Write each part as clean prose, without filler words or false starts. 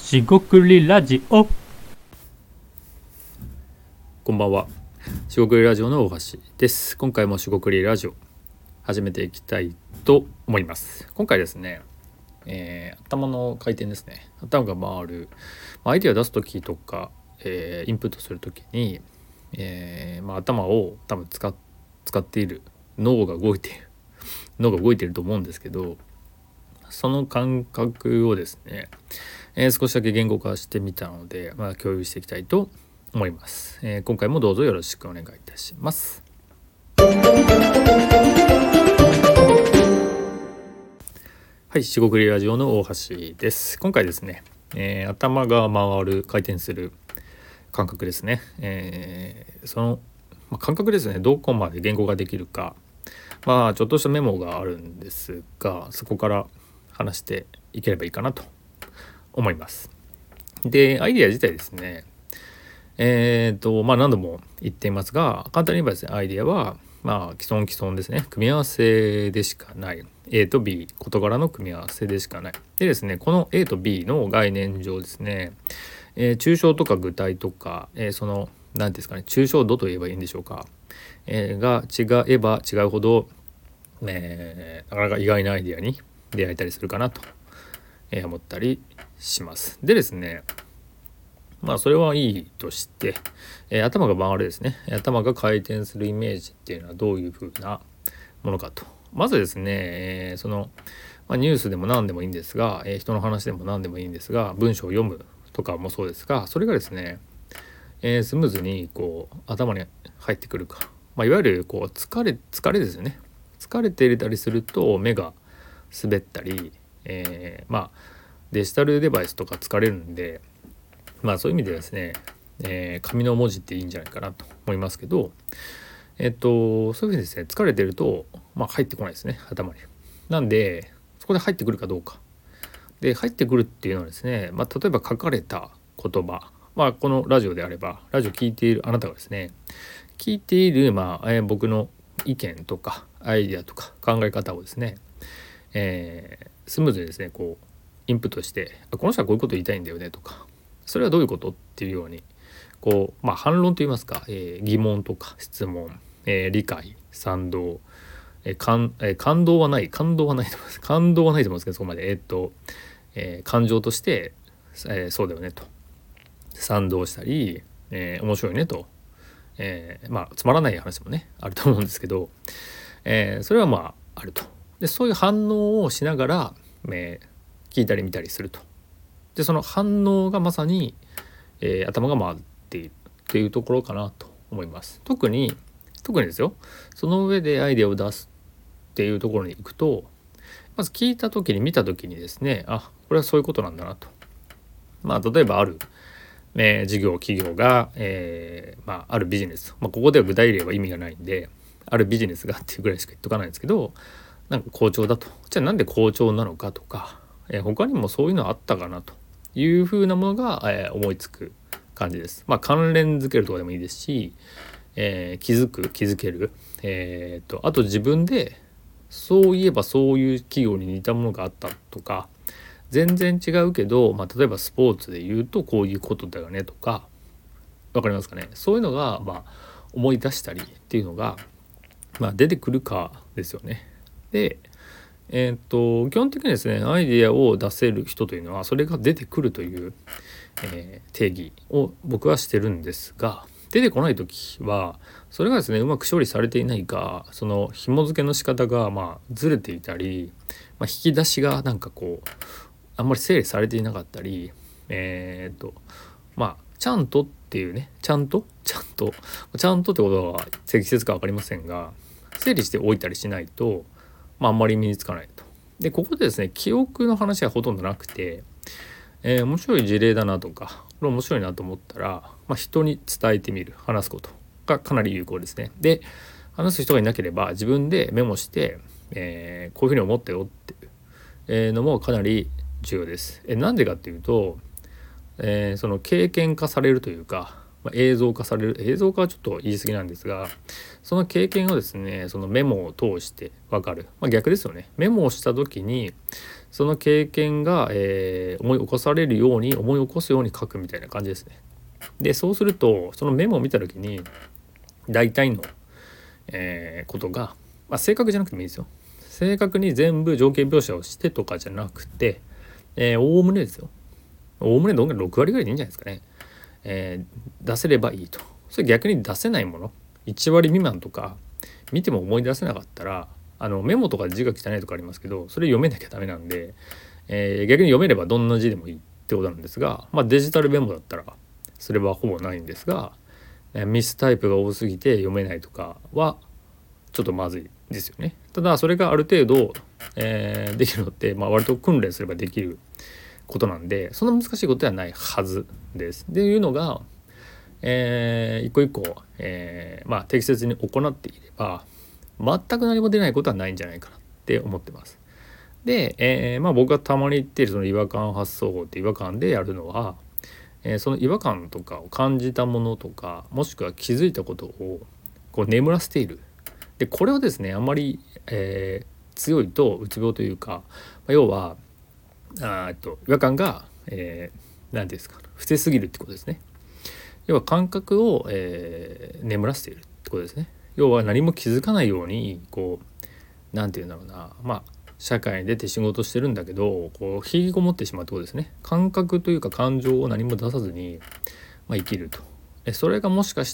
しごくりラジオ。 こんばんは。しごくりラジオの大橋です。今回もしごくりラジオ始めていきたいと思います。今回ですね、頭の回転ですね。頭が回る、アイデアを出す時とか、インプットする時に、頭を多分使っている脳が動いていると思うんですけど、その感覚をですね、少しだけ言語化してみたので、共有していきたいと思います。今回もどうぞよろしくお願いいたします。はい、しごくりラジオの大橋です。今回ですね、頭が回る、回転する感覚ですね。その、感覚ですね、どこまで言語ができるか、ちょっとしたメモがあるんですが、そこから話していければいいかなと思います。で、アイデア自体ですね、何度も言っていますが、簡単に言えばですね、アイデアは既存ですね、組み合わせでしかない。 A と B、 事柄の組み合わせでしかない。でですね、この A と B の概念上ですね、抽象とか具体とか、その何ですかね、抽象度と言えばいいんでしょうか、が違えば違うほど、なかなか意外なアイデアに出会えたりするかなと思ったりします。でですね、それはいいとして、頭が回るですね、頭が回転するイメージっていうのはどういうふうなものかと。まずですね、ニュースでも何でもいいんですが、人の話でも何でもいいんですが、文章を読むとかもそうですが、それがですね、スムーズに頭に入ってくるか、いわゆる疲れですよね。疲れていたりすると目が滑ったり、デジタルデバイスとか疲れるんで、そういう意味でですね、紙の文字っていいんじゃないかなと思いますけど、そういうふうにですね、疲れてると、入ってこないですね、頭に。なんでそこで入ってくるかどうかで、入ってくるっていうのはですね、例えば書かれた言葉、このラジオであれば、ラジオ聞いているあなたがですね、聞いている、僕の意見とかアイデアとか考え方をですね、スムーズにですねインプットして、この人はこういうこと言いたいんだよねとか、それはどういうことっていうように反論といいますか、疑問とか質問、理解、賛同、感動はないと思います。感動はないと思うんですけど、そこまで感情として、そうだよねと賛同したり、面白いねと、つまらない話もねあると思うんですけど、それはあると。でそういう反応をしながら、聞いたり見たりすると。でその反応がまさに、頭が回っているっていうところかなと思います。特にですよ、その上でアイデアを出すっていうところに行くと、まず聞いた時に見た時にですね、これはそういうことなんだなと。例えばある、事業企業が、あるビジネス、ここでは具体例は意味がないんで、あるビジネスがっていうぐらいしか言っとかないんですけど、なんか好調だと。じゃあなんで好調なのかとか、他にもそういうのあったかなというふうなものが、思いつく感じです。関連づけるとかでもいいですし、気づける、あと自分でそういえばそういう企業に似たものがあったとか、全然違うけど、例えばスポーツで言うとこういうことだよねとか、わかりますかね。そういうのが、思い出したりっていうのが、出てくるかですよね。で、基本的にですね、アイデアを出せる人というのはそれが出てくるという、定義を僕はしてるんですが、出てこない時はそれがですね、うまく処理されていないか、その紐付けの仕方がずれていたり、引き出しがあんまり整理されていなかったり、ちゃんとっていうね、ちゃんとってことは適切か分かりませんが、整理しておいたりしないと、あんまり身につかないと。でここでですね、記憶の話はほとんどなくて、面白い事例だなとか、これ面白いなと思ったら、人に伝えてみる、話すことがかなり有効ですね。で話す人がいなければ自分でメモして、こういうふうに思ったよっていうのもかなり重要です。なんでかっていうと、その経験化されるというか、映像化される、映像化はちょっと言い過ぎなんですが、その経験をですね、そのメモを通して分かる、逆ですよね。メモをした時にその経験が、思い起こされるように思い起こすように書くみたいな感じですね。でそうするとそのメモを見た時に大体の、ことが、正確じゃなくてもいいですよ。正確に全部情景描写をしてとかじゃなくておおむねですよ。おおむねどんぐらい6割ぐらいでいいんじゃないですかね。出せればいいと。それ逆に出せないもの1割未満とか見ても思い出せなかったらメモとかで字が汚いとかありますけどそれ読めなきゃダメなんで、逆に読めればどんな字でもいいってことなんですが、デジタルメモだったらそれはほぼないんですが、ミスタイプが多すぎて読めないとかはちょっとまずいですよね。ただそれがある程度、できるのって、割と訓練すればできることなんでそんな難しいことではないはずです。っていうのが、一個一個、適切に行っていれば全く何も出ないことはないんじゃないかなって思ってます。で、僕がたまに言っているその違和感発想法って違和感でやるのは、その違和感とかを感じたものとかもしくは気づいたことをこう眠らせている。でこれをですねあんまり、強いとうつ病というか、要は違和感が何て言うんですか不正すぎるってことですね。要は感覚を、眠らせているってことですね。要は何も気づかないようにこう何て言うんだろうな、社会に出て仕事してるんだけどこう引きこもってしまうってことですね。感覚というか感情を何も出さずに、生きると。それがもしかして、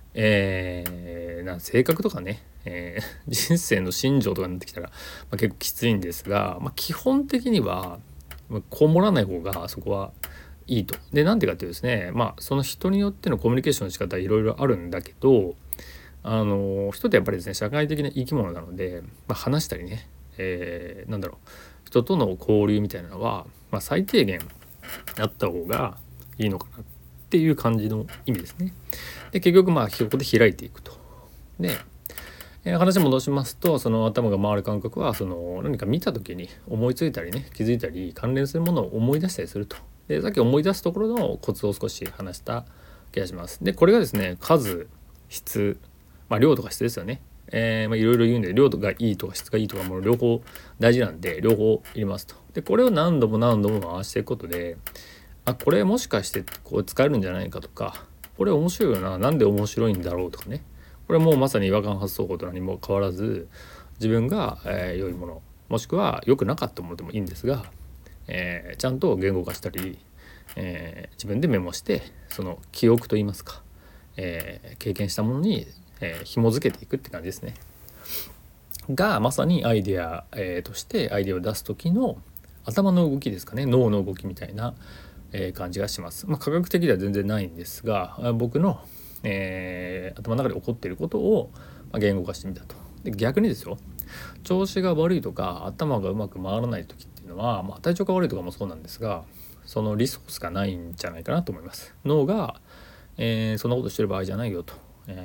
性格とかね、人生の信条とかになってきたら、結構きついんですが、基本的にはこもらない方がそこはいいと。でなんでかっていうとですね、その人によってのコミュニケーションの仕方はいろいろあるんだけど人ってやっぱりですね社会的な生き物なので、話したりね、人との交流みたいなのは、最低限あった方がいいのかなっていう感じの意味ですね。で結局そこで開いていくと。で、話戻しますとその頭が回る感覚はその何か見た時に思いついたりね気づいたり関連するものを思い出したりすると。でさっき思い出すところのコツを少し話した気がします。でこれがですね数質量とか質ですよね。いろいろ言うんで量がいいとか質がいいとかも両方大事なんで両方入れますと。でこれを何度も何度も回していくことでこれもしかしてこう使えるんじゃないかとかこれ面白いよななんで面白いんだろうとかねこれもまさに違和感発想法と何も変わらず自分が、良いものもしくは良くなかったものでもいいんですが、ちゃんと言語化したり、自分でメモしてその記憶といいますか、経験したものに紐付けていくって感じですね。がまさにアイデア、としてアイデアを出す時の頭の動きですかね脳の動きみたいな、感じがします。科学的では全然ないんですが僕の、頭の中で起こっていることを、言語化してみたと。で逆にですよ調子が悪いとか頭がうまく回らない時っていうのは、体調が悪いとかもそうなんですがそのリソースがないんじゃないかなと思います。脳が、そんなことしてる場合じゃないよと、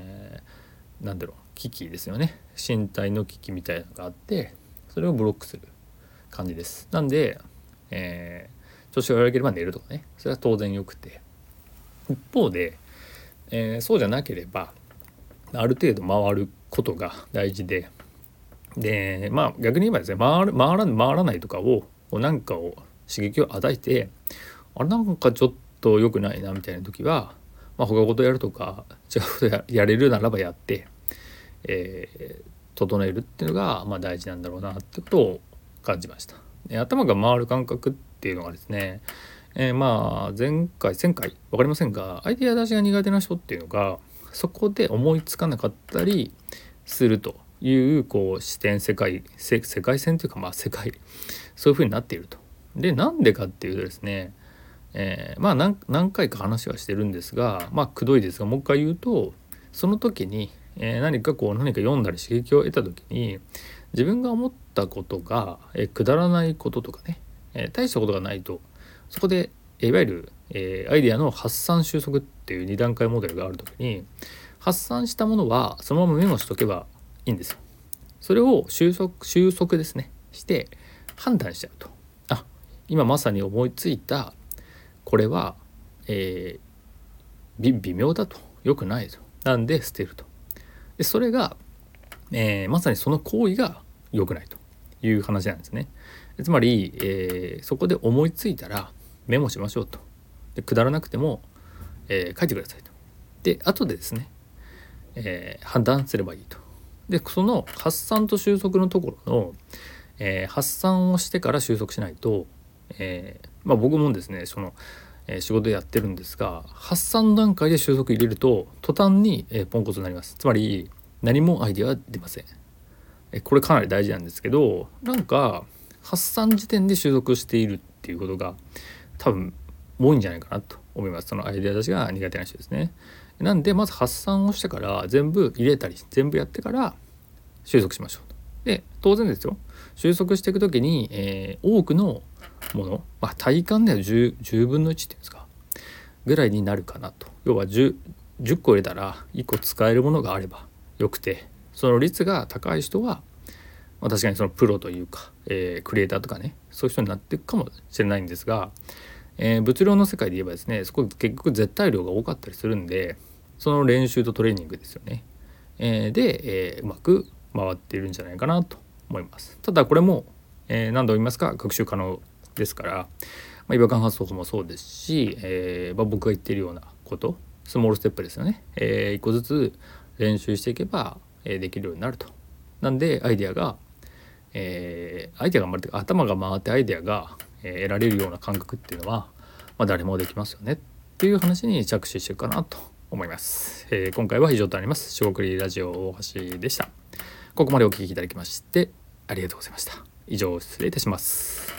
危機ですよね。身体の危機みたいなのがあってそれをブロックする感じです。なんで、調子が悪ければ寝るとかねそれは当然よくて一方で、そうじゃなければある程度回ることが大事で逆に言えばですね回らないとかをなんかを刺激を与えてなんかちょっと良くないなみたいな時は他のことやるとか違うことやれるならばやって、整えるっていうのが大事なんだろうなってことを感じました。頭が回る感覚っていうのがですね、前回分かりませんがアイデア出しが苦手な人っていうのがそこで思いつかなかったりするという視点世界線というか世界そういう風になっていると。でなんでかっていうとですね何回か話はしてるんですがくどいですがもう一回言うとその時に、何か読んだり刺激を得た時に自分が思ったことが、くだらないこととかね、大したことがないとそこでいわゆる、アイデアの発散収束っていう2段階モデルがある時に発散したものはそのままメモしとけばいいんですよ。それを収束ですねして判断しちゃうと今まさに思いついたこれは、微妙だと良くないとなんで捨てると。でそれが、まさにその行為が良くないという話なんですね。 つまり、そこで思いついたらメモしましょうと。でくだらなくても、書いてくださいと。で後でですね、判断すればいいと。でその発散と収束のところの、発散をしてから収束しないと、僕もですね仕事やってるんですが、発散段階で収束入れると途端に、ポンコツになります。つまり何もアイデアは出ません。これかなり大事なんですけど、なんか発散時点で収束しているっていうことが多分多いんじゃないかなと思います。そのアイデア出しが苦手な人ですね。なんでまず発散をしてから全部入れたり全部やってから収束しましょうと。で当然ですよ、収束していくときに、多くのもの、体感では 10分の1っていうんですかぐらいになるかなと。要は 10個入れたら1個使えるものがあればよくて、その率が高い人は、確かにそのプロというか、クリエイターとかね、そういう人になっていくかもしれないんですが、物量の世界で言えばですね、そこ結局絶対量が多かったりするんで、その練習とトレーニングですよね。で、うまく回っているんじゃないかなと思います。ただこれも、何度も言いますか学習可能ですから、違和感発想法もそうですし、僕が言っているようなことスモールステップですよね、一個ずつ練習していけば、できるようになると。なんでアイデアが回るというか頭が回ってアイデアが、得られるような感覚っていうのは、誰もできますよねっていう話に着手していくかなと思います。今回は以上となります。しごくりラジオ大橋でした。ここまでお聞きいただきましてありがとうございました。以上失礼いたします。